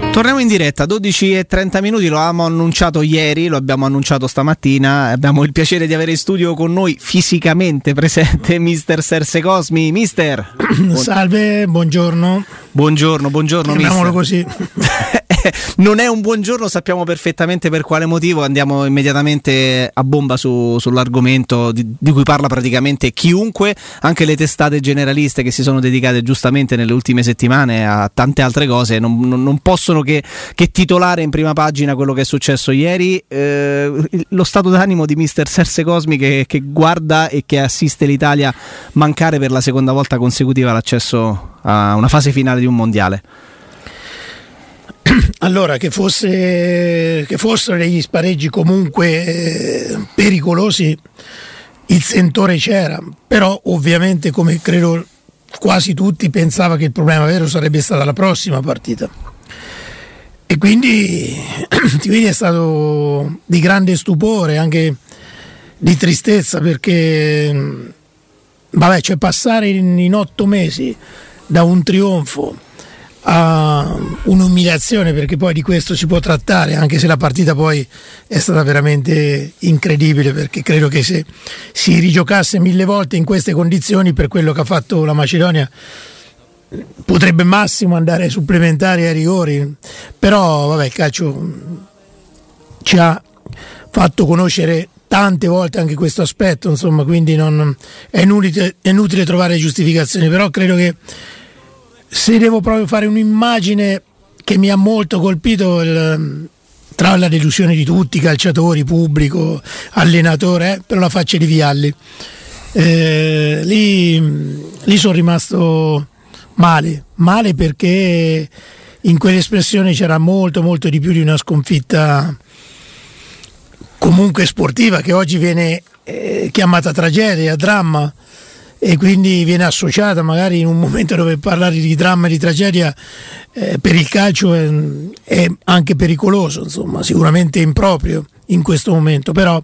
Torniamo in diretta, 12:30, lo avevamo annunciato ieri, lo abbiamo annunciato stamattina, abbiamo il piacere di avere in studio con noi fisicamente presente mister Serse Cosmi. Mister! Salve, buongiorno. Buongiorno chiamiamolo mister. Così. Non è un buongiorno, sappiamo perfettamente per quale motivo, andiamo immediatamente a bomba sull'argomento di cui parla praticamente chiunque, anche le testate generaliste che si sono dedicate giustamente nelle ultime settimane a tante altre cose, non possono che titolare in prima pagina quello che è successo ieri, lo stato d'animo di mister Serse Cosmi che guarda e che assiste l'Italia mancare per la seconda volta consecutiva l'accesso a una fase finale di un mondiale. Allora, che fossero degli spareggi comunque pericolosi, il sentore c'era, però ovviamente, come credo quasi tutti, pensava che il problema vero sarebbe stata la prossima partita. E quindi è stato di grande stupore, anche di tristezza, perché cioè passare in 8 mesi da un trionfo a un'umiliazione, perché poi di questo si può trattare, anche se la partita poi è stata veramente incredibile, perché credo che se si rigiocasse 1000 volte in queste condizioni, per quello che ha fatto la Macedonia, potrebbe massimo andare ai supplementari, ai rigori. Però il calcio ci ha fatto conoscere tante volte anche questo aspetto, insomma, quindi è inutile trovare giustificazioni. Però credo che, se devo proprio fare un'immagine che mi ha molto colpito, tra la delusione di tutti, calciatori, pubblico, allenatore, per la faccia di Vialli, lì sono rimasto male, perché in quell'espressione c'era molto molto di più di una sconfitta comunque sportiva, che oggi viene chiamata tragedia, dramma, e quindi viene associata magari in un momento dove parlare di dramma e di tragedia per il calcio è anche pericoloso, insomma, sicuramente improprio in questo momento, però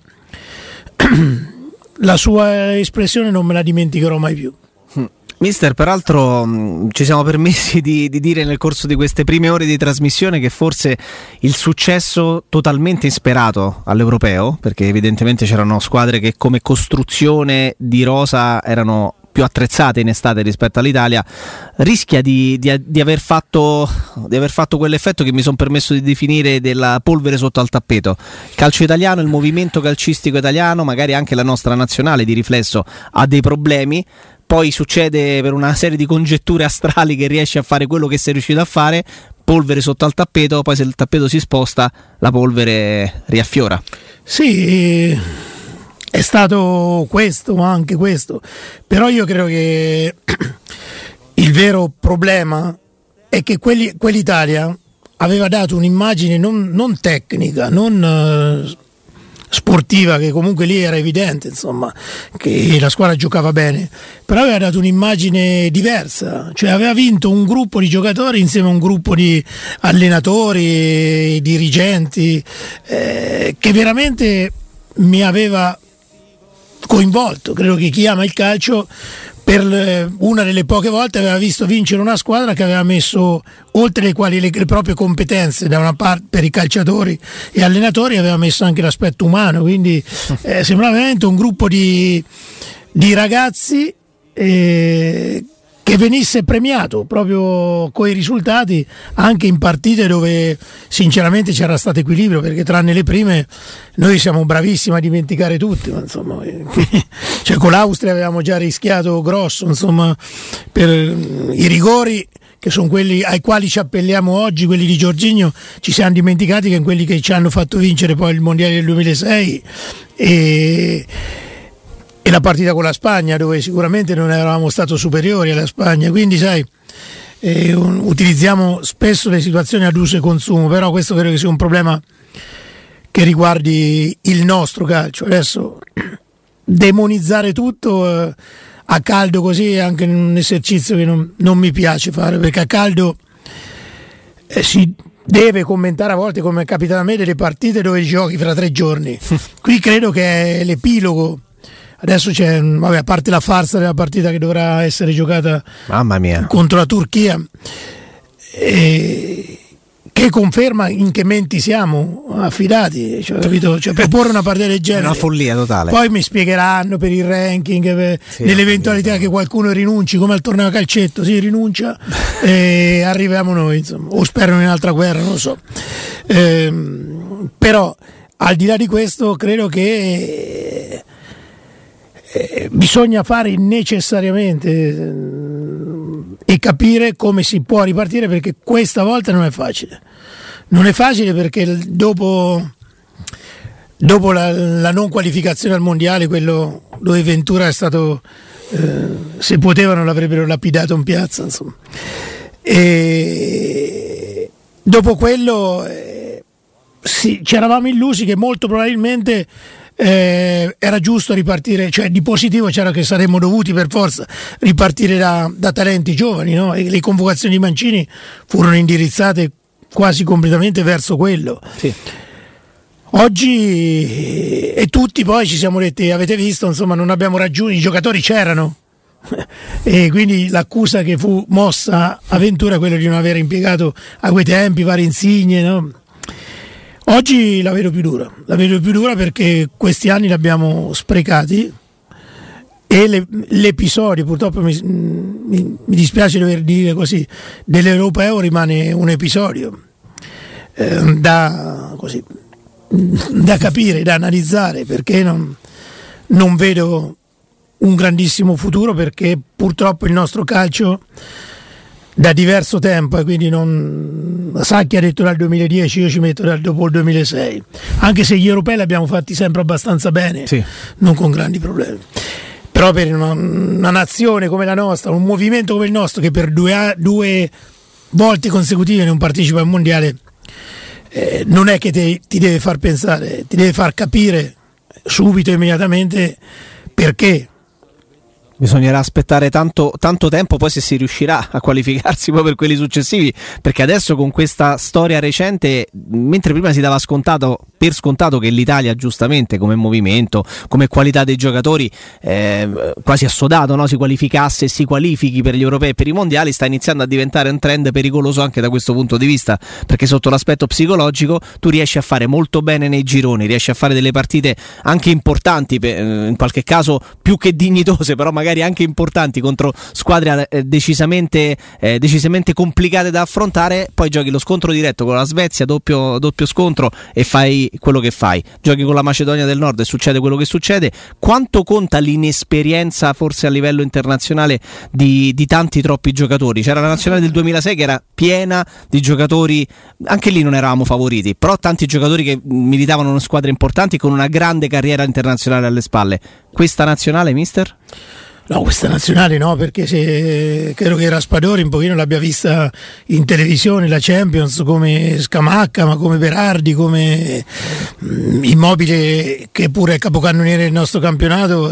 la sua espressione non me la dimenticherò mai più. Mister, peraltro ci siamo permessi di dire nel corso di queste prime ore di trasmissione che forse il successo totalmente insperato all'Europeo, perché evidentemente c'erano squadre che come costruzione di rosa erano più attrezzate in estate rispetto all'Italia, rischia di aver fatto quell'effetto che mi sono permesso di definire della polvere sotto al tappeto. Il calcio italiano, il movimento calcistico italiano, magari anche la nostra nazionale di riflesso, ha dei problemi. Poi succede per una serie di congetture astrali che riesce a fare quello che sei riuscito a fare, polvere sotto al tappeto, poi se il tappeto si sposta la polvere riaffiora. Sì, è stato questo, anche questo, però io credo che il vero problema è che quell'Italia aveva dato un'immagine non tecnica, non sportiva, che comunque lì era evidente, insomma, che la squadra giocava bene, però aveva dato un'immagine diversa, cioè aveva vinto un gruppo di giocatori insieme a un gruppo di allenatori, dirigenti, che veramente mi aveva coinvolto. Credo che chi ama il calcio, per una delle poche volte, aveva visto vincere una squadra che aveva messo, oltre le quali le proprie competenze da una parte per i calciatori e allenatori, aveva messo anche l'aspetto umano, quindi sembrava veramente un gruppo di ragazzi che venisse premiato proprio coi risultati, anche in partite dove sinceramente c'era stato equilibrio, perché tranne le prime noi siamo bravissimi a dimenticare tutti, ma insomma, cioè con l'Austria avevamo già rischiato grosso, insomma, per i rigori, che sono quelli ai quali ci appelliamo oggi, quelli di Jorginho, ci siamo dimenticati che in quelli che ci hanno fatto vincere poi il mondiale del 2006 e la partita con la Spagna, dove sicuramente non eravamo stati superiori alla Spagna. Quindi sai, utilizziamo spesso le situazioni ad uso e consumo, però questo credo che sia un problema che riguardi il nostro calcio. Adesso demonizzare tutto a caldo così è anche un esercizio che non mi piace fare, perché a caldo si deve commentare a volte, come è capitato a me, delle partite dove giochi fra 3 giorni. Qui credo che è l'epilogo. Adesso c'è, a parte la farsa della partita che dovrà essere giocata, mamma mia, contro la Turchia, che che conferma in che menti siamo affidati, cioè, capito? Cioè, proporre una partita del genere è una follia totale. Poi mi spiegheranno per il ranking, nell'eventualità che qualcuno rinunci come al torneo a calcetto, rinuncia e arriviamo noi, insomma, o sperano in un'altra guerra, non lo so. Però al di là di questo credo che bisogna fare necessariamente e capire come si può ripartire, perché questa volta non è facile perché dopo la non qualificazione al mondiale, quello dove Ventura è stato se potevano l'avrebbero lapidato in piazza, insomma. E dopo quello ci eravamo illusi che molto probabilmente era giusto ripartire, cioè di positivo c'era che saremmo dovuti per forza ripartire da talenti giovani, no? E le convocazioni di Mancini furono indirizzate quasi completamente verso quello. Sì. Oggi e tutti poi ci siamo detti, avete visto, insomma, non abbiamo raggiunto, i giocatori c'erano e quindi l'accusa che fu mossa a Ventura è quella di non aver impiegato a quei tempi vari Insigne, no? Oggi la vedo più dura perché questi anni li abbiamo sprecati e l'episodio, purtroppo mi dispiace dover dire così, dell'Europeo rimane un episodio da capire, da analizzare, perché non vedo un grandissimo futuro, perché purtroppo il nostro calcio da diverso tempo, e quindi Sacchi ha detto dal 2010, io ci metto dopo il 2006, anche se gli europei li abbiamo fatti sempre abbastanza bene, sì, non con grandi problemi. Però per una nazione come la nostra, un movimento come il nostro, che per due volte consecutive non partecipa al mondiale, non è che ti deve far pensare, ti deve far capire subito, immediatamente, perché. Bisognerà aspettare tanto tempo poi se si riuscirà a qualificarsi poi per quelli successivi, perché adesso con questa storia recente, mentre prima si dava per scontato che l'Italia giustamente come movimento, come qualità dei giocatori quasi assodato, no? Si qualificasse e si qualifichi per gli europei e per i mondiali, sta iniziando a diventare un trend pericoloso anche da questo punto di vista, perché sotto l'aspetto psicologico tu riesci a fare molto bene nei gironi, riesci a fare delle partite anche importanti, in qualche caso più che dignitose, però magari anche importanti contro squadre decisamente complicate da affrontare. Poi giochi lo scontro diretto con la Svezia, doppio scontro, e fai quello che fai. Giochi con la Macedonia del Nord e succede quello che succede. Quanto conta l'inesperienza forse a livello internazionale di tanti troppi giocatori? C'era la nazionale del 2006 che era piena di giocatori, anche lì non eravamo favoriti, però tanti giocatori che militavano in squadre importanti con una grande carriera internazionale alle spalle. Questa nazionale, mister? No, questa nazionale no, perché credo che Raspadori un pochino l'abbia vista in televisione, la Champions, come Scamacca, ma come Berardi, come Immobile, che pure è capocannoniere del nostro campionato,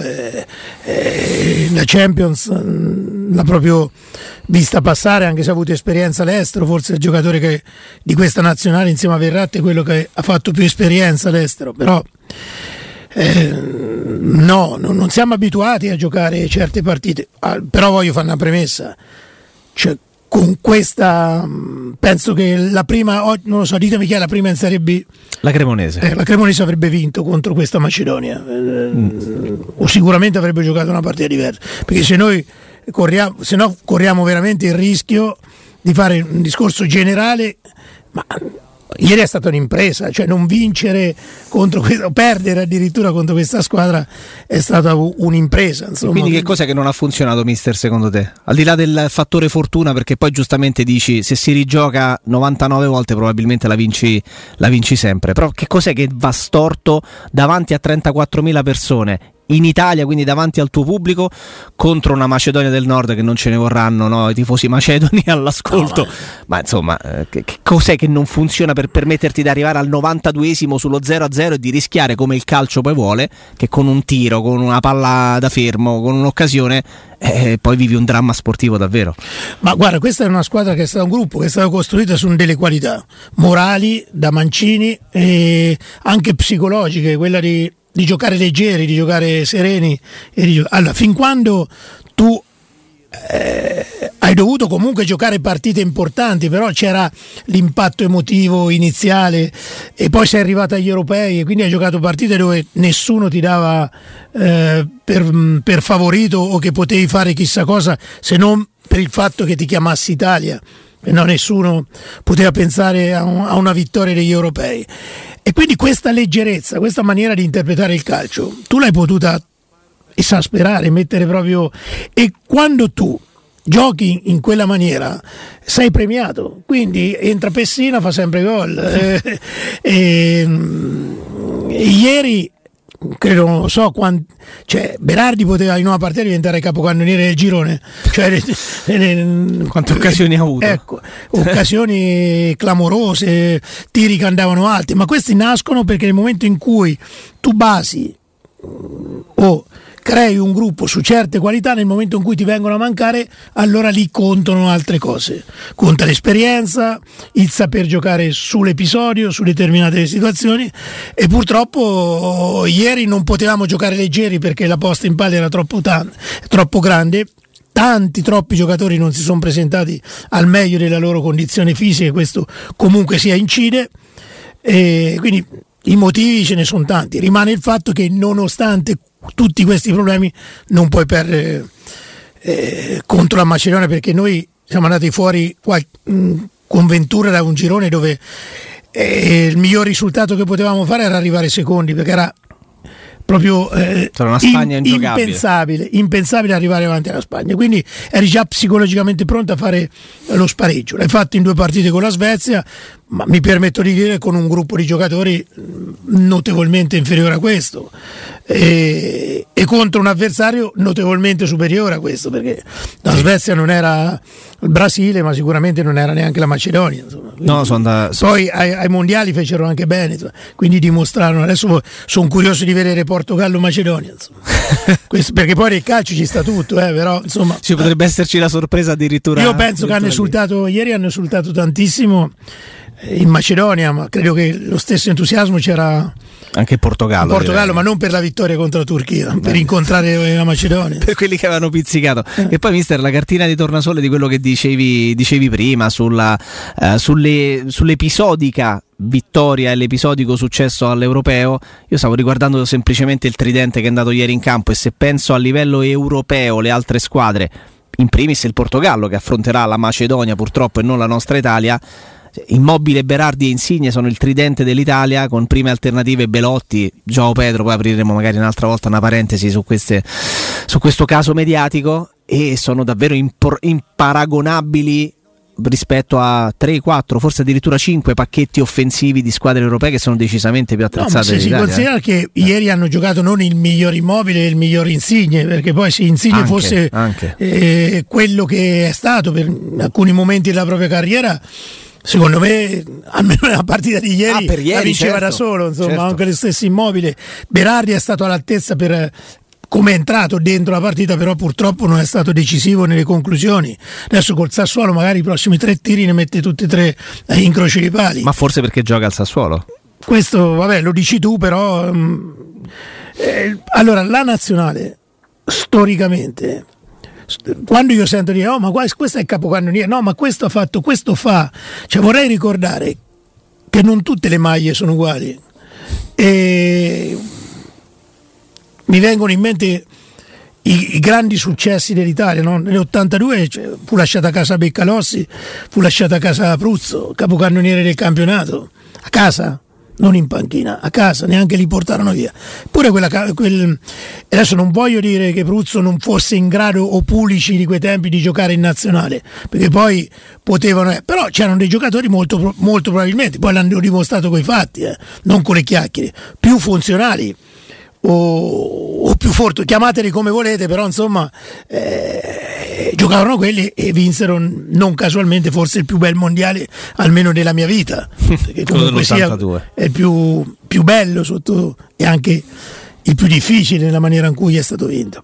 la Champions l'ha proprio vista passare, anche se ha avuto esperienza all'estero. Forse il giocatore di questa nazionale insieme a Verratti è quello che ha fatto più esperienza all'estero, però no, non siamo abituati a giocare certe partite. Però voglio fare una premessa, cioè, con questa penso che la prima, non lo so, ditemi chi è la prima in Serie B. La Cremonese. La Cremonese avrebbe vinto contro questa Macedonia, o sicuramente avrebbe giocato una partita diversa, perché se noi corriamo veramente il rischio di fare un discorso generale, ma ieri è stata un'impresa, cioè non vincere contro questa, perdere addirittura contro questa squadra è stata un'impresa, insomma. Quindi che cos'è che non ha funzionato, mister, secondo te? Al di là del fattore fortuna, perché poi giustamente dici se si rigioca 99 volte probabilmente la vinci sempre, però che cos'è che va storto davanti a 34.000 persone in Italia, quindi davanti al tuo pubblico, contro una Macedonia del Nord che non ce ne vorranno, no, i tifosi macedoni all'ascolto, ma insomma che cos'è che non funziona per permetterti di arrivare al 92esimo sullo 0-0 e di rischiare, come il calcio poi vuole, che con un tiro, con una palla da fermo, con un'occasione poi vivi un dramma sportivo davvero. Ma guarda, questa è una squadra che è stata un gruppo che è stato costruito su delle qualità morali da Mancini e anche psicologiche, quella di giocare leggeri, di giocare sereni allora, fin quando tu hai dovuto comunque giocare partite importanti, però c'era l'impatto emotivo iniziale e poi sei arrivato agli europei e quindi hai giocato partite dove nessuno ti dava per favorito o che potevi fare chissà cosa, se non per il fatto che ti chiamassi Italia. No, nessuno poteva pensare a una vittoria degli europei, e quindi questa leggerezza, questa maniera di interpretare il calcio tu l'hai potuta esasperare, mettere proprio, e quando tu giochi in quella maniera sei premiato, quindi entra Pessina, fa sempre gol ieri credo, non so cioè Berardi poteva in una partita diventare capocannoniere del girone, cioè, quante occasioni ha avuto, ecco, occasioni clamorose, tiri che andavano alti, ma questi nascono perché nel momento in cui tu basi o crei un gruppo su certe qualità, nel momento in cui ti vengono a mancare, allora lì contano altre cose, conta l'esperienza, il saper giocare sull'episodio, su determinate situazioni, e purtroppo ieri non potevamo giocare leggeri perché la posta in palla era troppo grande. Troppi giocatori non si sono presentati al meglio della loro condizione fisica, e questo comunque sia incide, e quindi i motivi ce ne sono tanti. Rimane il fatto che nonostante tutti questi problemi non puoi perdere contro la Macedonia, perché noi siamo andati fuori con Ventura da un girone dove il miglior risultato che potevamo fare era arrivare secondi, perché era proprio una Spagna impensabile arrivare avanti alla Spagna, quindi eri già psicologicamente pronto a fare lo spareggio. L'hai fatto in 2 partite con la Svezia, ma mi permetto di dire con un gruppo di giocatori notevolmente inferiore a questo, e contro un avversario notevolmente superiore a questo, perché la Svezia non era il Brasile, ma sicuramente non era neanche la Macedonia, insomma. Poi ai mondiali fecero anche bene, insomma. Quindi dimostrarono. Adesso sono curioso di vedere Portogallo-Macedonia, perché poi nel calcio ci sta tutto, però insomma potrebbe esserci la sorpresa addirittura. Io penso che ieri hanno esultato tantissimo in Macedonia, ma credo che lo stesso entusiasmo c'era anche in Portogallo, ma non per la vittoria contro la Turchia, per incontrare la Macedonia, per quelli che avevano pizzicato. E poi mister, la cartina di tornasole di quello che dicevi prima sull'episodica vittoria e l'episodico successo all'europeo. Io stavo riguardando semplicemente il tridente che è andato ieri in campo, e se penso a livello europeo le altre squadre, in primis il Portogallo che affronterà la Macedonia purtroppo e non la nostra Italia, Immobile, Berardi e Insigne sono il tridente dell'Italia, con prime alternative Belotti, João Pedro. Poi apriremo magari un'altra volta una parentesi su questo caso mediatico, e sono davvero imparagonabili rispetto a 3, 4, forse addirittura 5 pacchetti offensivi di squadre europee che sono decisamente più attrezzate dell'Italia. Si considera che ieri hanno giocato non il miglior Immobile e il miglior Insigne, perché poi se Insigne fosse quello che è stato per alcuni momenti della propria carriera, secondo me almeno nella partita di ieri, la vinceva da solo, insomma, certo. Anche lo stesso Immobile. Berardi è stato all'altezza per come è entrato dentro la partita, però purtroppo non è stato decisivo nelle conclusioni. Adesso col Sassuolo magari i prossimi 3 tiri ne mette tutti e 3 in croce di pali. Ma forse perché gioca al Sassuolo? Questo vabbè, lo dici tu, però allora la nazionale storicamente, quando io sento dire ma questo è il capocannoniere, no, ma questo ha fatto, questo fa, cioè vorrei ricordare che non tutte le maglie sono uguali, e mi vengono in mente i grandi successi dell'Italia, no? Nell'82 fu lasciata a casa Beccalossi, fu lasciata a casa Pruzzo, capocannoniere del campionato, a casa, non in panchina, a casa, neanche li portarono via. Eppure adesso non voglio dire che Pruzzo non fosse in grado, o Pulici di quei tempi, di giocare in nazionale, perché poi potevano, però c'erano dei giocatori molto, molto probabilmente, poi l'hanno dimostrato coi fatti, non con le chiacchiere, più funzionali o più forti, chiamateli come volete, però insomma giocarono quelli e vinsero non casualmente forse il più bel mondiale almeno della mia vita, perché comunque sia è il più bello sotto, e anche il più difficile nella maniera in cui è stato vinto,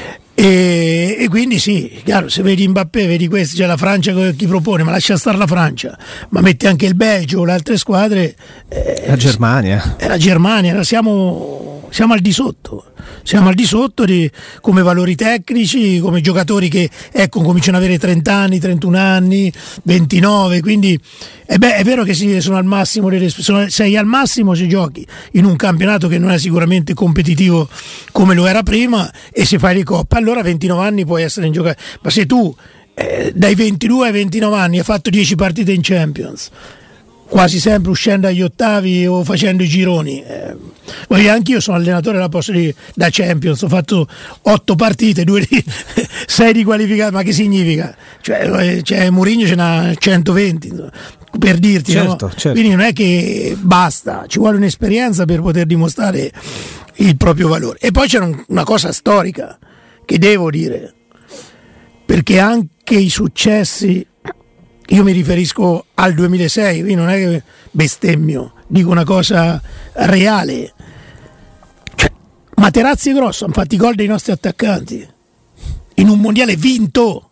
e quindi sì, chiaro, se vedi Mbappé, vedi questi, c'è la Francia chi propone, ma lascia stare la Francia, ma metti anche il Belgio o le altre squadre, la Germania, siamo siamo al di sotto come valori tecnici, come giocatori che cominciano ad avere 30 anni, 31 anni, 29, quindi è vero che sono al massimo sei al massimo se giochi in un campionato che non è sicuramente competitivo come lo era prima, e se fai le coppe allora a 29 anni puoi essere in giocare, ma se tu dai 22 ai 29 anni hai fatto 10 partite in Champions, quasi sempre uscendo agli ottavi o facendo i gironi. Anche io sono allenatore da Champions, ho fatto 8 partite, 6 di qualificate, ma che significa? Cioè Mourinho ce n'ha 120, insomma, per dirti, certo, no? certo. Quindi non è che basta, ci vuole un'esperienza per poter dimostrare il proprio valore. E poi c'è una cosa storica che devo dire, perché anche i successi, io mi riferisco al 2006, quindi non è che bestemmio, dico una cosa reale. Materazzi e Grosso hanno fatto i gol dei nostri attaccanti in un mondiale vinto.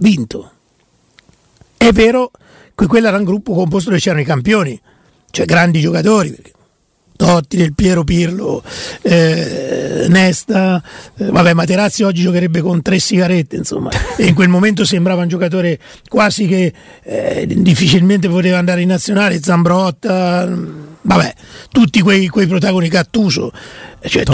È vero che quello era un gruppo composto dove c'erano i campioni, cioè grandi giocatori, perché Totti, Del Piero, Pirlo, Nesta, Materazzi oggi giocherebbe con 3 sigarette, insomma, e in quel momento sembrava un giocatore quasi che difficilmente poteva andare in nazionale. Zambrotta, tutti quei protagonisti, Gattuso, cioè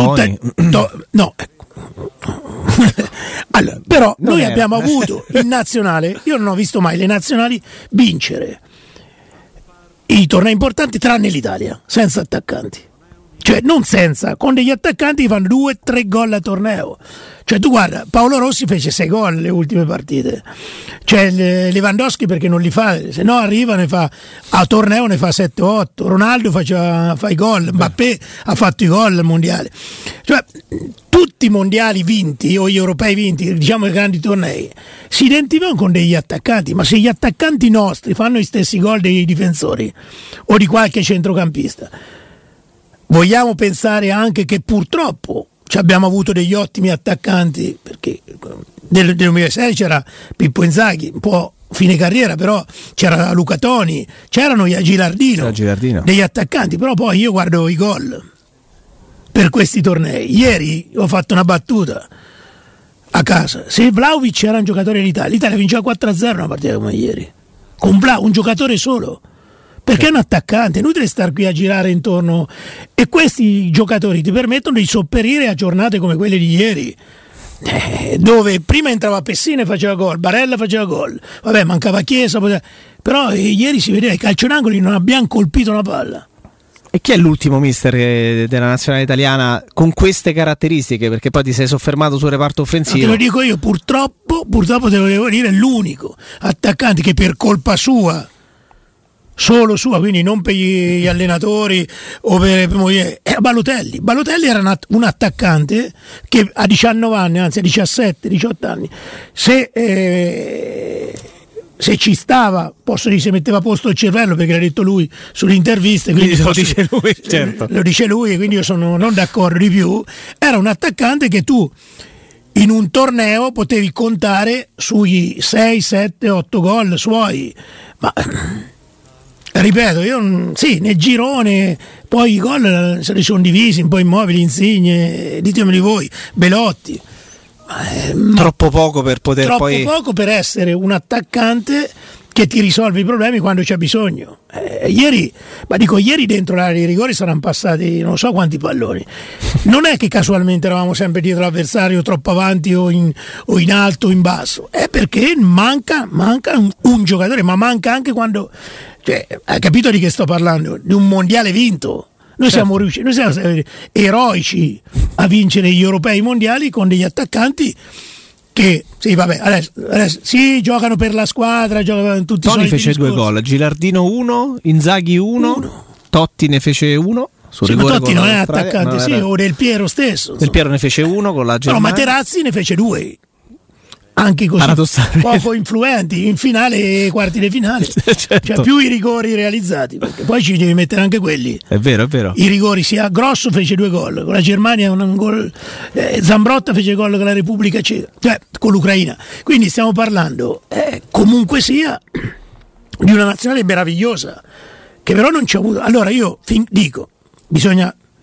allora, però noi abbiamo avuto in nazionale, io non ho visto mai le nazionali vincere i tornei importanti tranne l'Italia, senza attaccanti. Cioè non senza, con degli attaccanti che fanno 2-3 gol a torneo. Cioè tu guarda, Paolo Rossi fece 6 gol le ultime partite. Cioè Lewandowski perché non li fa, se no arriva ne fa a torneo ne fa 7-8. Ronaldo fa i gol, Mbappé ha fatto i gol al mondiale. Cioè tutti i mondiali vinti o gli europei vinti, diciamo i grandi tornei, si identificano con degli attaccanti, ma se gli attaccanti nostri fanno gli stessi gol dei difensori o di qualche centrocampista, vogliamo pensare anche che purtroppo abbiamo avuto degli ottimi attaccanti, perché nel 2006 c'era Pippo Inzaghi, un po' fine carriera, però c'era Luca Toni, c'erano Gilardino, degli attaccanti, però poi io guardo i gol per questi tornei. Ieri ho fatto una battuta a casa, se Vlahovic era un giocatore dell'Italia, l'Italia vinceva 4-0 una partita come ieri, con un giocatore solo, perché è un attaccante, è inutile star qui a girare intorno, e questi giocatori ti permettono di sopperire a giornate come quelle di ieri, dove prima entrava Pessina e faceva gol, Barella faceva gol, mancava Chiesa, però ieri si vedeva i calci d'angolo, non abbiamo colpito una palla. E chi è l'ultimo mister della nazionale italiana con queste caratteristiche? Perché poi ti sei soffermato sul reparto offensivo. Te lo dico io, purtroppo te lo devo dire, è l'unico attaccante che per colpa sua, solo sua, quindi non per gli allenatori o per Balotelli. Balotelli era un attaccante che a 19 anni, anzi a 17, 18 anni, se ci stava, posso dire, se metteva a posto il cervello, perché l'ha detto lui sulle interviste, quindi lo dice lui, certo. Lo dice lui, e quindi io sono non d'accordo di più. Era un attaccante che tu in un torneo potevi contare sui 6, 7, 8 gol suoi, ma ripeto, io sì, nel girone poi i gol se li sono divisi un po' Immobili, Insigne, ditemeli voi, Belotti. Troppo poco per poter poco per essere un attaccante che ti risolve i problemi quando c'è bisogno. Ieri dentro l'area di rigore saranno passati non so quanti palloni. Non è che casualmente eravamo sempre dietro l'avversario, troppo avanti o in alto o in basso, è perché manca un giocatore, ma manca anche quando, hai capito di che sto parlando? Di un mondiale vinto. Noi siamo riusciti, noi siamo eroici a vincere gli europei mondiali con degli attaccanti che adesso sì, giocano per la squadra, giocano tutti. Toni fece 2 gol, Gilardino 1, Inzaghi 1, Totti ne fece 1. Ma Totti non è attaccante, o Del Piero stesso. Del Piero ne fece 1 con la Germania. No, Materazzi ne fece 2. Anche così poco influenti in finale e quarti di finale. Certo. Cioè più i rigori realizzati, perché poi ci devi mettere anche quelli. È vero. I rigori, sia Grosso fece 2 gol con la Germania, un gol, Zambrotta fece gol con la Repubblica Ceca, cioè con l'Ucraina. Quindi stiamo parlando comunque sia di una nazionale meravigliosa che però non ci ha avuto. Allora io dico, bisogna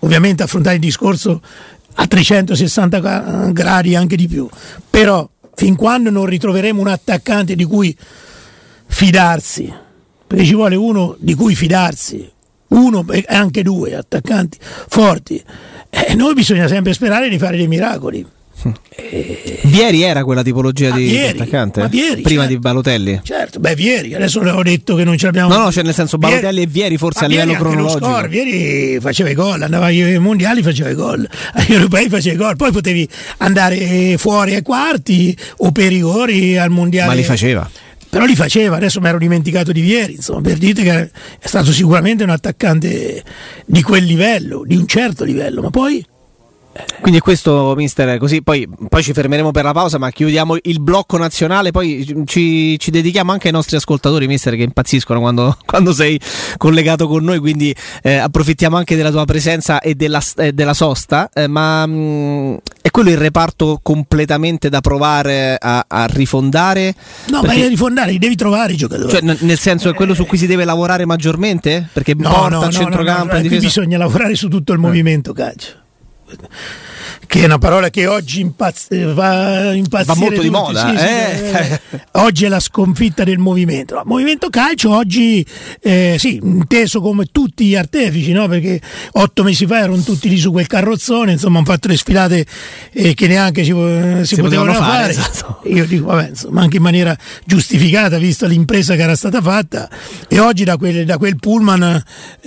ovviamente affrontare il discorso a 360 gradi, anche di più, però fin quando non ritroveremo un attaccante di cui fidarsi, perché ci vuole uno di cui fidarsi, uno e anche due attaccanti forti, noi bisogna sempre sperare di fare dei miracoli. Vieri era quella tipologia di attaccante? Vieri, prima certo, di Balotelli? Certo, Vieri, adesso avevo detto che non ce l'abbiamo. No, cioè nel senso Balotelli e Vieri forse a livello cronologico. Vieri faceva i gol, andava ai mondiali, faceva i gol, agli europei faceva i gol, poi potevi andare fuori ai quarti o per rigori al mondiale. Ma li faceva. Però li faceva, adesso mi ero dimenticato di Vieri, insomma, per dire che è stato sicuramente un attaccante di quel livello, di un certo livello, ma poi... Quindi è questo, mister, così poi ci fermeremo per la pausa, ma chiudiamo il blocco nazionale, poi ci dedichiamo anche ai nostri ascoltatori, mister, che impazziscono quando sei collegato con noi, quindi approfittiamo anche della tua presenza e della sosta, ma è quello il reparto completamente da provare a rifondare? No, perché... ma rifondare li devi trovare i giocatori. Cioè, nel senso è quello su cui si deve lavorare maggiormente? Perché porta centrocampo... Qui bisogna lavorare su tutto il movimento calcio, che è una parola che oggi va molto tutti, di moda. Oggi è la sconfitta del movimento. Il movimento calcio oggi inteso come tutti gli artefici, no? Perché 8 mesi fa erano tutti lì su quel carrozzone, insomma hanno fatto le sfilate che neanche si potevano fare. Esatto. Io dico vabbè, insomma, anche in maniera giustificata vista l'impresa che era stata fatta, e oggi da quel pullman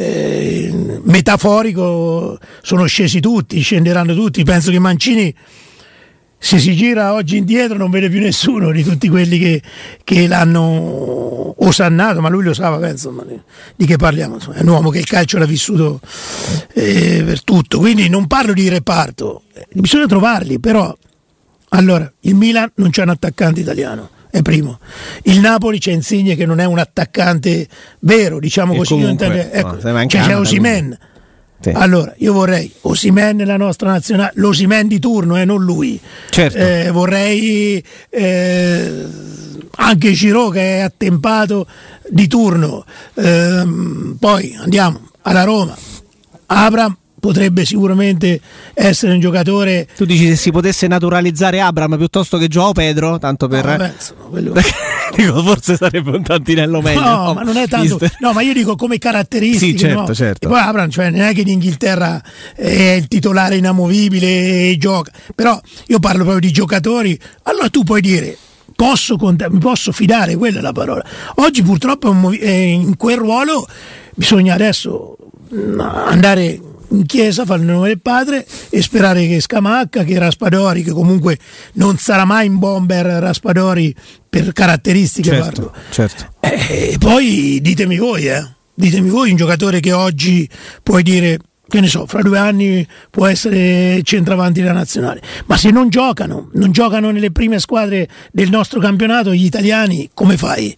metaforico sono scesi tutti, scenderanno tutti. Penso che Mancini, se si gira oggi indietro, non vede più nessuno di tutti quelli che l'hanno osannato, ma lui lo sa, penso, di che parliamo, insomma, è un uomo che il calcio l'ha vissuto per tutto, quindi non parlo di reparto, bisogna trovarli, però allora il Milan non c'è un attaccante italiano, è primo. Il Napoli c'è Insigne che non è un attaccante vero, diciamo così, comunque, c'è Osimhen. Sì. Allora io vorrei Osimhen nella nostra nazionale, l'Osimhen di turno, non lui. Certo. Vorrei anche Giroud che è attempato di turno, poi andiamo alla Roma. Abraham potrebbe sicuramente essere un giocatore. Tu dici se si potesse naturalizzare Abraham piuttosto che Joao Pedro, tanto per quello... dico, forse sarebbe un tantinello meglio. No, ma non è tanto. No, ma io dico come caratteristiche. Sì, certo, no? certo. E poi Abraham, cioè, non è che in Inghilterra è il titolare inamovibile e gioca. Però io parlo proprio di giocatori. Allora tu puoi dire mi posso fidare, quella è la parola. Oggi purtroppo in quel ruolo bisogna adesso andare in chiesa, fare il nome del padre e sperare che Scamacca, che Raspadori, che comunque non sarà mai in bomber Raspadori per caratteristiche, certo. E poi ditemi voi un giocatore che oggi puoi dire, che ne so, fra 2 anni può essere centravanti della nazionale, ma se non giocano nelle prime squadre del nostro campionato gli italiani, come fai?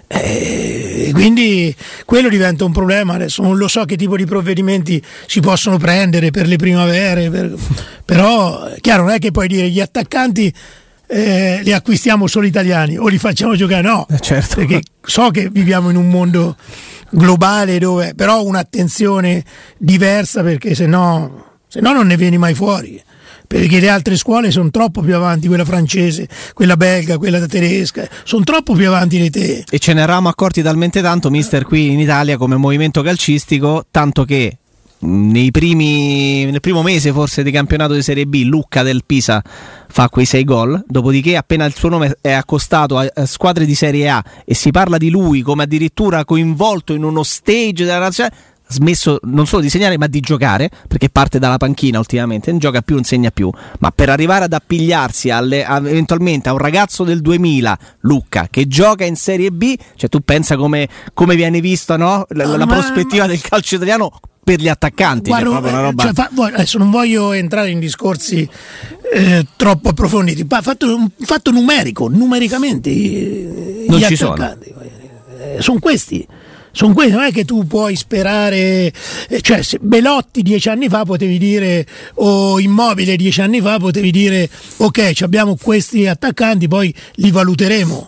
Quindi quello diventa un problema. Adesso non lo so che tipo di provvedimenti si possono prendere per le primavere, però chiaro, non è che puoi dire gli attaccanti li acquistiamo solo italiani o li facciamo giocare, no, certo. Perché so che viviamo in un mondo globale dove però un'attenzione diversa, perché se no non ne vieni mai fuori, perché le altre scuole sono troppo più avanti, quella francese, quella belga, quella tedesca, sono troppo più avanti di te. E ce ne eravamo accorti talmente tanto, mister, qui in Italia come movimento calcistico, tanto che nel primo mese forse di campionato di Serie B Lucca del Pisa fa quei 6 gol, dopodiché appena il suo nome è accostato a squadre di Serie A e si parla di lui come addirittura coinvolto in uno stage della nazionale, smesso non solo di segnare ma di giocare, perché parte dalla panchina ultimamente, non gioca più, non segna più, ma per arrivare ad appigliarsi eventualmente a un ragazzo del 2000, Lucca, che gioca in Serie B, cioè tu pensa come viene vista, no? La prospettiva del calcio italiano per gli attaccanti. Guarda, proprio una roba... adesso non voglio entrare in discorsi troppo approfonditi, ma fatto numericamente non gli ci attaccanti sono questi, non è che tu puoi sperare, cioè se Belotti 10 anni fa potevi dire, o Immobile 10 anni fa potevi dire ok, abbiamo questi attaccanti, poi li valuteremo.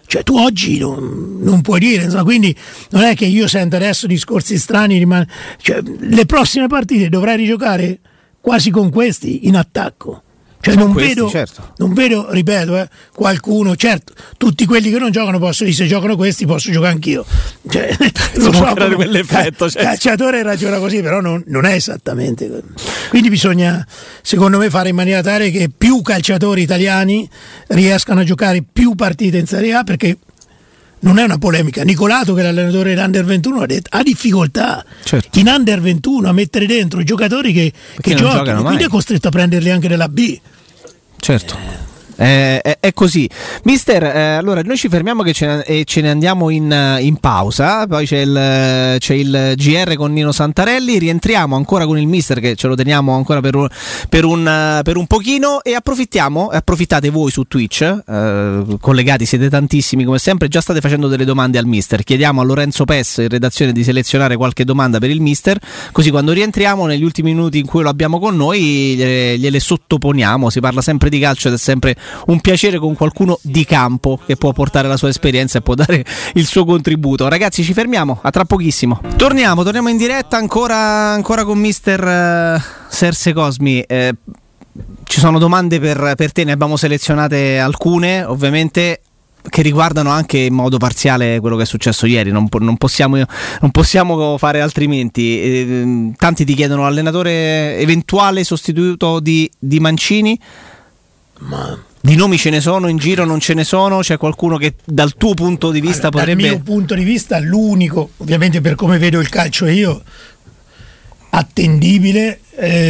Cioè tu oggi non puoi dire, insomma, quindi non è che io sento adesso discorsi strani, cioè, le prossime partite dovrai rigiocare quasi con questi in attacco. Cioè non vedo, ripeto, qualcuno, certo, tutti quelli che non giocano possono dire se giocano questi posso giocare anch'io. Cioè, lo so, quell'effetto, cioè. Calciatore ragiona così, però non è esattamente. Quindi bisogna, secondo me, fare in maniera tale che più calciatori italiani riescano a giocare più partite in Serie A, perché non è una polemica. Nicolato, che è l'allenatore dell'Under 21, ha detto ha difficoltà in Under 21 a mettere dentro i giocatori che giocano, quindi è costretto a prenderli anche nella B. Certo. È così, mister. Allora noi ci fermiamo che ce ne andiamo in pausa. Poi c'è il GR con Nino Santarelli. Rientriamo ancora con il mister, che ce lo teniamo ancora per un pochino. E approfittate voi su Twitch, collegati, siete tantissimi come sempre. Già state facendo delle domande al mister. Chiediamo a Lorenzo Pes in redazione di selezionare qualche domanda per il mister, così quando rientriamo negli ultimi minuti in cui lo abbiamo con noi gliele sottoponiamo. Si parla sempre di calcio ed è sempre un piacere con qualcuno di campo che può portare la sua esperienza e può dare il suo contributo. Ragazzi, ci fermiamo, a tra pochissimo. Torniamo in diretta ancora con mister Serse Cosmi. Ci sono domande per te, ne abbiamo selezionate alcune, ovviamente, che riguardano anche in modo parziale quello che è successo ieri. Non possiamo fare altrimenti. Tanti ti chiedono l'allenatore eventuale sostituto di Mancini. Ma di nomi ce ne sono in giro, non ce ne sono? C'è qualcuno che dal tuo punto di vista potrebbe... Dal mio punto di vista l'unico, ovviamente per come vedo il calcio io, attendibile,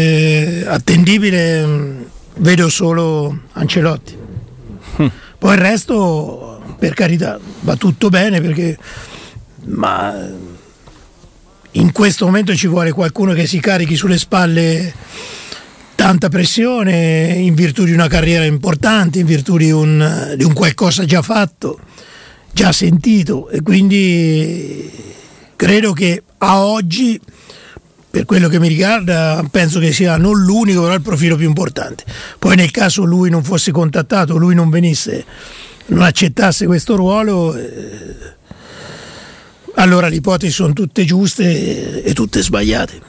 vedo solo Ancelotti. Poi il resto, per carità, va tutto bene, perché ma in questo momento ci vuole qualcuno che si carichi sulle spalle tanta pressione, in virtù di una carriera importante, in virtù di un qualcosa già fatto, già sentito, e quindi credo che a oggi, per quello che mi riguarda, penso che sia non l'unico, però il profilo più importante. Poi nel caso lui non fosse contattato, lui non venisse, non accettasse questo ruolo, allora le ipotesi sono tutte giuste e tutte sbagliate.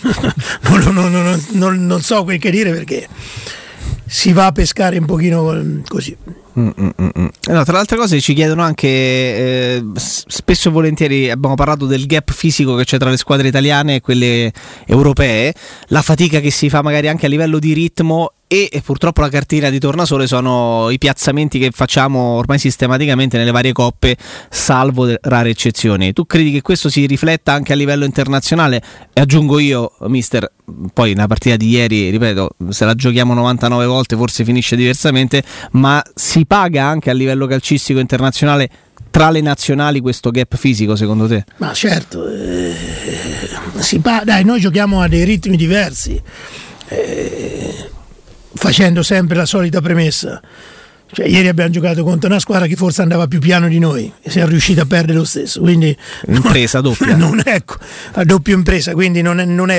Non so quel che dire, perché si va a pescare un pochino così. No, tra le altre cose ci chiedono anche, spesso e volentieri abbiamo parlato del gap fisico che c'è tra le squadre italiane e quelle europee, la fatica che si fa magari anche a livello di ritmo, e purtroppo la cartina di tornasole sono i piazzamenti che facciamo ormai sistematicamente nelle varie coppe, salvo rare eccezioni. Tu credi che questo si rifletta anche a livello internazionale? E aggiungo io, mister, poi una partita di ieri, ripeto, se la giochiamo 99 volte forse finisce diversamente, ma si paga anche a livello calcistico internazionale tra le nazionali questo gap fisico, secondo te? Ma certo, dai, noi giochiamo a dei ritmi diversi, facendo sempre la solita premessa. Cioè, ieri abbiamo giocato contro una squadra che forse andava più piano di noi e siamo riusciti a perdere lo stesso, quindi impresa doppia. Ecco, a doppia impresa, quindi non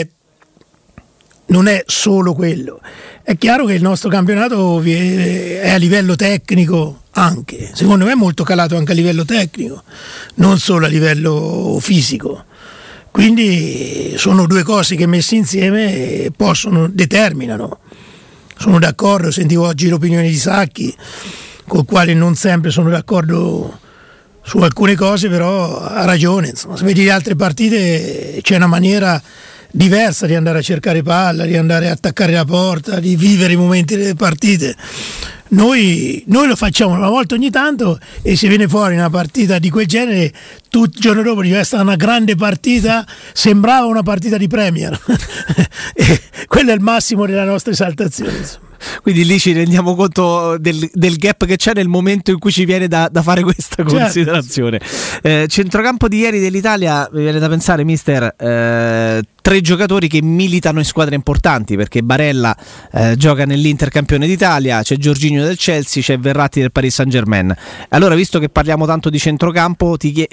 è solo quello. È chiaro che il nostro campionato è a livello tecnico, anche secondo me è molto calato anche a livello tecnico, non solo a livello fisico. Quindi sono due cose che messe insieme determinano. Sono d'accordo, sentivo oggi l'opinione di Sacchi, col quale non sempre sono d'accordo su alcune cose, però ha ragione. Insomma, se vedi le altre partite c'è una maniera diversa di andare a cercare palla, di andare a attaccare la porta, di vivere i momenti delle partite. Noi lo facciamo una volta ogni tanto, e se viene fuori una partita di quel genere, il giorno dopo diventa una grande partita, sembrava una partita di Premier. E quello è il massimo della nostra esaltazione. Quindi lì ci rendiamo conto del gap che c'è nel momento in cui ci viene da fare questa considerazione. Centrocampo di ieri dell'Italia, mi viene da pensare, mister, 3 giocatori che militano in squadre importanti, perché Barella gioca nell'Inter campione d'Italia, c'è Jorginho del Chelsea, c'è Verratti del Paris Saint-Germain. Allora, visto che parliamo tanto di centrocampo, ti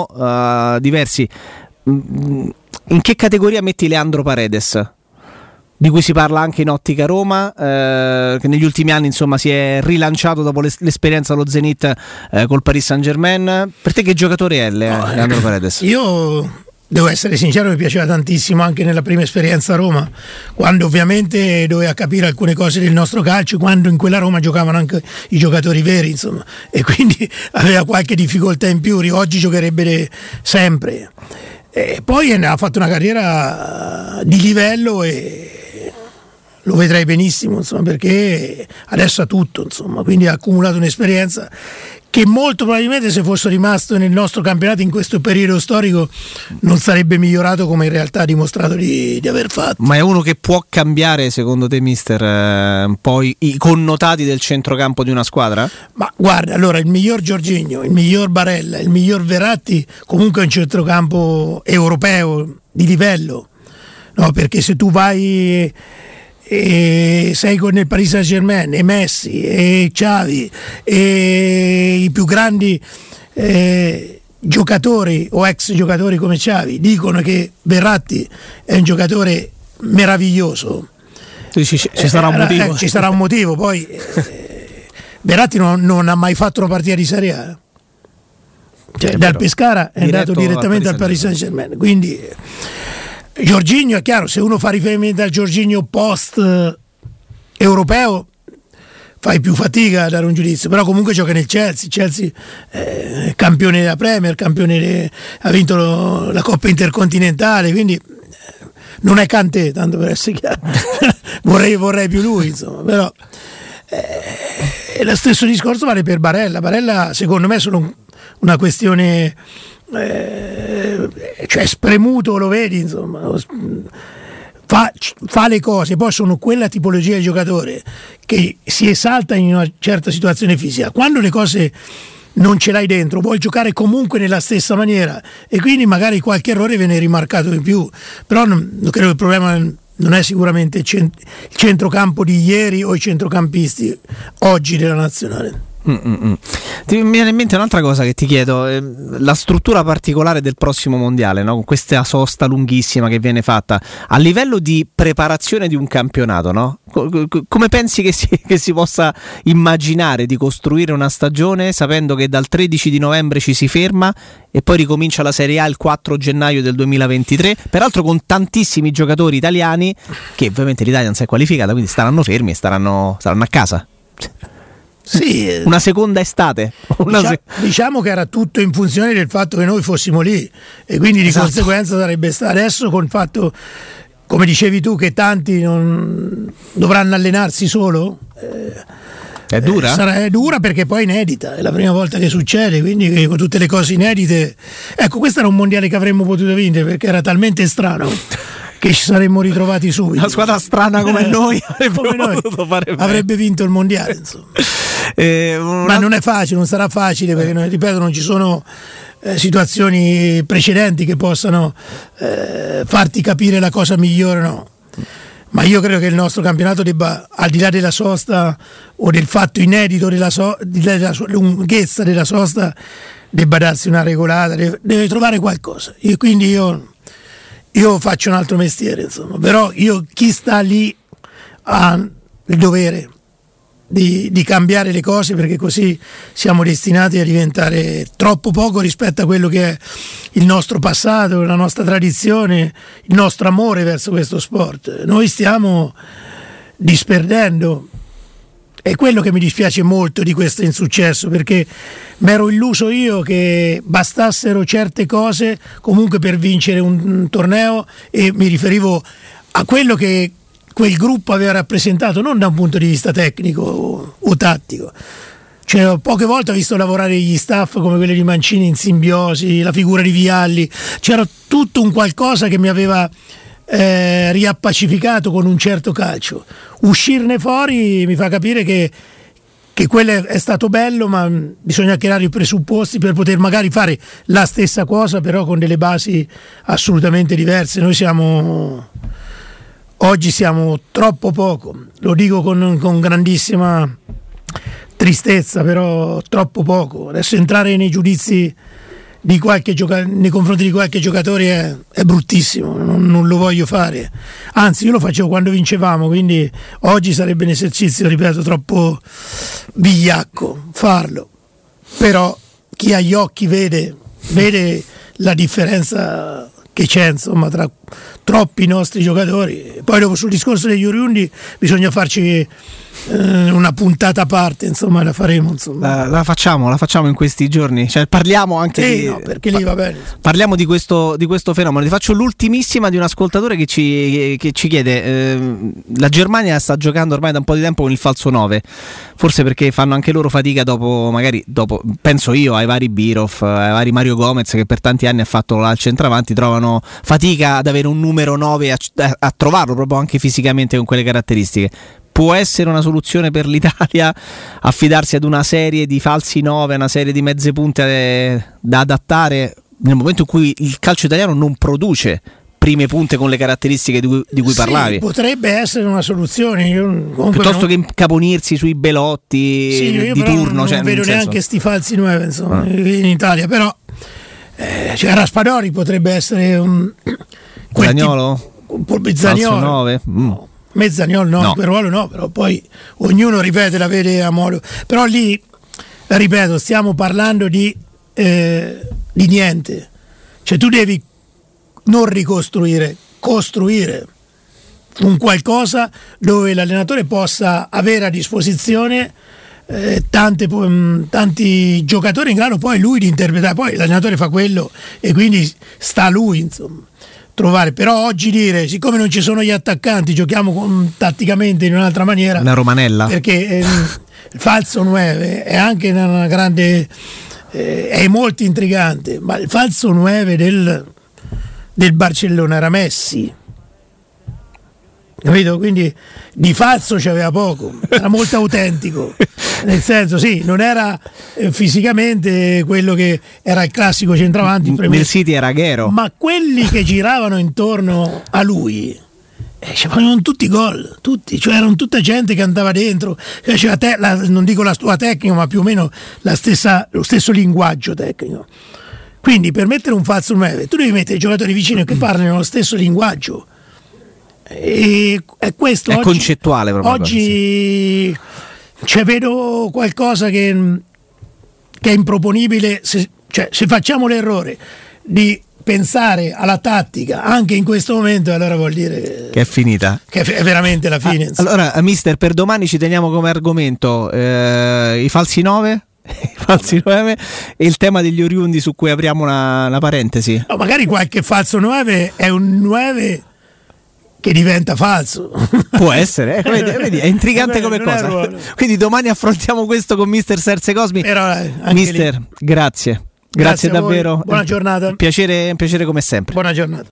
chiedono diversi, in che categoria metti Leandro Paredes? di cui si parla anche in ottica Roma, che negli ultimi anni insomma si è rilanciato dopo l'esperienza allo Zenit col Paris Saint-Germain. Per te che giocatore è Leandro Paredes? Io devo essere sincero, mi piaceva tantissimo anche nella prima esperienza a Roma, quando ovviamente doveva capire alcune cose del nostro calcio, quando in quella Roma giocavano anche i giocatori veri, insomma, e quindi aveva qualche difficoltà in più. Oggi giocherebbe sempre. E poi ha fatto una carriera di livello e lo vedrei benissimo, insomma, perché adesso ha tutto, insomma, quindi ha accumulato un'esperienza che molto probabilmente, se fosse rimasto nel nostro campionato in questo periodo storico, non sarebbe migliorato come in realtà ha dimostrato di aver fatto. Ma è uno che può cambiare, secondo te, mister, poi i connotati del centrocampo di una squadra? Ma guarda, allora, il miglior Jorginho, il miglior Barella, il miglior Verratti comunque è un centrocampo europeo di livello, no? Perché se tu vai e sei con il Paris Saint-Germain e Messi e Xavi e i più grandi giocatori o ex giocatori come Xavi dicono che Verratti è un giocatore meraviglioso, ci sarà un motivo. Ci sarà un motivo. Poi Verratti non ha mai fatto una partita di Serie A, cioè, dal Pescara è andato direttamente al Paris Saint-Germain, quindi Jorginho è chiaro, se uno fa riferimento al Jorginho post europeo fai più fatica a dare un giudizio, però comunque gioca nel Chelsea, campione della Premier, ha vinto la Coppa Intercontinentale, quindi non è Kanté, tanto per essere chiaro. vorrei più lui, insomma, però lo stesso discorso vale per Barella secondo me è solo una questione, cioè spremuto, lo vedi, insomma, fa le cose, poi sono quella tipologia di giocatore che si esalta in una certa situazione fisica, quando le cose non ce l'hai dentro vuoi giocare comunque nella stessa maniera e quindi magari qualche errore viene rimarcato in più, però non credo che il problema non è sicuramente il centrocampo di ieri o i centrocampisti oggi della nazionale. Ti viene in mente un'altra cosa che ti chiedo, la struttura particolare del prossimo mondiale, no? Con questa sosta lunghissima che viene fatta a livello di preparazione di un campionato, no? Come pensi che si possa immaginare di costruire una stagione sapendo che dal 13 di novembre ci si ferma e poi ricomincia la Serie A il 4 gennaio del 2023, peraltro con tantissimi giocatori italiani che ovviamente l'Italia non si è qualificata, quindi staranno fermi e saranno a casa? Sì, una seconda estate. Diciamo che era tutto in funzione del fatto che noi fossimo lì e quindi di conseguenza sarebbe stato. Adesso col fatto, come dicevi tu, che tanti non dovranno allenarsi solo, è dura? Sarà dura perché poi è inedita, è la prima volta che succede, quindi con tutte le cose inedite, ecco, questo era un mondiale che avremmo potuto vincere perché era talmente strano che ci saremmo ritrovati subito. Una squadra strana come noi avrebbe vinto il mondiale, insomma. Ma non è facile, non sarà facile perché, ripeto, non ci sono situazioni precedenti che possano farti capire la cosa migliore, no. Ma io credo che il nostro campionato debba, al di là della sosta o del fatto inedito della lunghezza della sosta, debba darsi una regolata, deve trovare qualcosa. Quindi io faccio un altro mestiere, insomma, però chi sta lì ha il dovere di cambiare le cose, perché così siamo destinati a diventare troppo poco rispetto a quello che è il nostro passato, la nostra tradizione, il nostro amore verso questo sport. Noi stiamo disperdendo. È quello che mi dispiace molto di questo insuccesso, perché mi ero illuso io che bastassero certe cose comunque per vincere un torneo, e mi riferivo a quello che quel gruppo aveva rappresentato, non da un punto di vista tecnico o tattico. Cioè, poche volte ho visto lavorare gli staff come quelli di Mancini in simbiosi, la figura di Vialli, c'era tutto un qualcosa che mi aveva riappacificato con un certo calcio. Uscirne fuori mi fa capire che quello è stato bello, ma bisogna creare i presupposti per poter magari fare la stessa cosa, però con delle basi assolutamente diverse. Noi oggi siamo troppo poco, lo dico con grandissima tristezza, però troppo poco. Adesso entrare nei giudizi nei confronti di qualche giocatore è bruttissimo, non lo voglio fare, anzi io lo facevo quando vincevamo, quindi oggi sarebbe un esercizio, ripeto, troppo vigliacco farlo, però chi ha gli occhi vede la differenza che c'è, insomma, tra troppi nostri giocatori. Poi dopo sul discorso degli oriundi bisogna farci una puntata a parte, insomma, la faremo, insomma. La facciamo in questi giorni, cioè parliamo anche no, perché lì va bene. Parliamo di questo fenomeno. Ti faccio l'ultimissima di un ascoltatore che ci chiede, la Germania sta giocando ormai da un po' di tempo con il falso 9, forse perché fanno anche loro fatica dopo penso io ai vari Birov, ai vari Mario Gomez, che per tanti anni ha fatto là al centravanti, trovano fatica ad avere un numero 9, a trovarlo proprio anche fisicamente con quelle caratteristiche. Può essere una soluzione per l'Italia affidarsi ad una serie di falsi 9, una serie di mezze punte da adattare nel momento in cui il calcio italiano non produce prime punte con le caratteristiche di cui parlavi? Potrebbe essere una soluzione. Piuttosto che incaponirsi sui Belotti di turno. Non vedo neanche sti falsi 9, insomma, in Italia, però Raspadori potrebbe essere un Zaniolo? Zaniolo falso 9? Mezzagnolo no, quel ruolo no, però poi ognuno ripete, la vede a modo. Però lì, ripeto, stiamo parlando di niente. Cioè tu devi non ricostruire, costruire un qualcosa dove l'allenatore possa avere a disposizione tanti giocatori in grado poi lui di interpretare. Poi l'allenatore fa quello e quindi sta a lui, insomma, trovare. Però oggi dire, siccome non ci sono gli attaccanti, giochiamo tatticamente in un'altra maniera, una romanella, perché il falso 9 è anche una grande è molto intrigante, ma il falso 9 del Barcellona era Messi, capito? Quindi di falso c'aveva poco, era molto autentico, nel senso non era fisicamente quello che era il classico centravanti nel City era Aguero, ma quelli che giravano intorno a lui facevano tutti gol, tutti, cioè erano tutta gente che andava dentro, non dico la sua tecnica, ma più o meno lo stesso linguaggio tecnico. Quindi per mettere un falso 9 tu devi mettere i giocatori vicini che parlano lo stesso linguaggio, e questo è oggi, concettuale proprio. Oggi vedo qualcosa che è improponibile. Se facciamo l'errore di pensare alla tattica anche in questo momento, allora vuol dire che è finita, che è veramente la fine. Allora, mister, per domani ci teniamo come argomento i falsi 9, i falsi 9 e il tema degli oriundi, su cui apriamo una parentesi. Magari qualche falso 9 è un 9 che diventa falso, può essere, vedi, è intrigante come cosa. Quindi domani affrontiamo questo con mister Serse Cosmi. Mister, grazie davvero, buona giornata, piacere come sempre. Buona giornata.